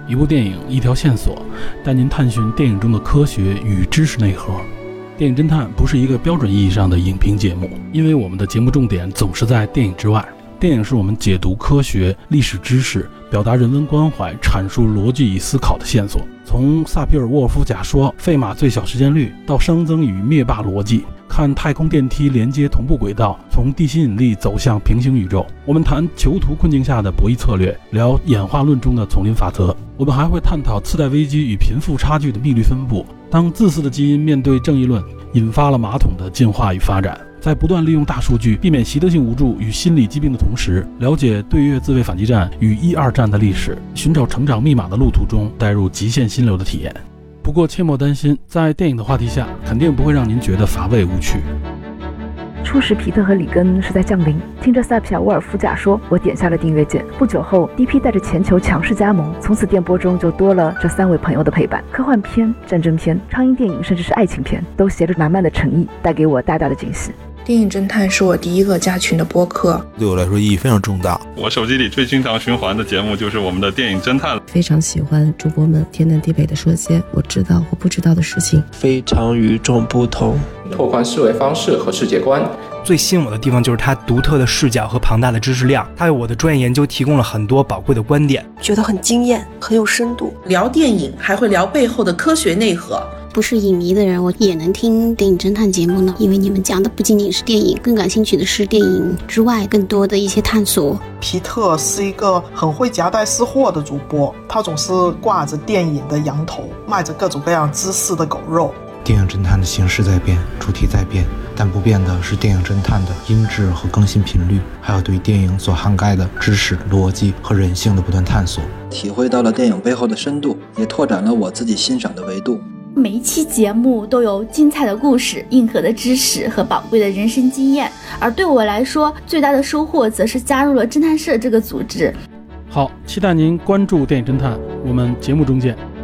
一部电影，一条线索，带您探寻电影中的科学与知识内核。电影侦探不是一个标准意义上的影评节目，因为我们的节目重点总是在电影之外。电影是我们解读科学、历史知识、表达人文关怀、阐述逻辑与思考的线索。从萨皮尔沃尔夫假说费马最小时间率到熵增与灭霸逻辑，看太空电梯连接同步轨道，从地心引力走向平行宇宙。我们谈囚徒困境下的博弈策略，聊演化论中的丛林法则。我们还会探讨次贷危机与贫富差距的密律分布。当自私的基因面对正义论，引发了马桶的进化与发展。在不断利用大数据避免习得性无助与心理疾病的同时，了解对越自卫反击战与1、2战的历史，寻找成长密码的路途中带入极限心流的体验。不过切莫担心，在电影的话题下肯定不会让您觉得乏味无趣。 初时皮特和里根是在降临，听着萨皮尔沃尔夫假说，我点下了订阅键。不久后 DP 带着全球强势加盟，从此电波中就多了这3位朋友的陪伴。科幻片、战争片、超英电影甚至是爱情片，都携着满满的诚意，带给我大大的惊喜。 电影侦探是我第一个加群的播客， 对我来说意义非常重大。 我手机里最经常循环的节目就是我们的电影侦探， 非常喜欢主播们天南地北的说些我知道或不知道的事情， 非常与众不同， 拓宽思维方式和世界观。 最吸引我的地方就是它独特的视角和庞大的知识量，它为我的专业研究提供了很多宝贵的观点， 觉得很惊艳，很有深度。 聊电影还会聊背后的科学内核。 不是影迷的人，我也能听电影侦探节目呢，因为你们讲的不仅仅是电影，更感兴趣的是电影之外更多的一些探索。 皮特是一个很会夹带私货的主播，他总是挂着电影的羊头，卖着各种各样知识的狗肉。 电影侦探的形式在变，主题在变，但不变的是电影侦探的音质和更新频率，还有对电影所涵盖的知识、逻辑和人性的不断探索。 体会到了电影背后的深度，也拓展了我自己欣赏的维度。 每一期节目都有精彩的故事、硬核的知识和宝贵的人生经验，而对我来说，最大的收获则是加入了侦探社这个组织。 好，期待您关注电影侦探，我们节目中见。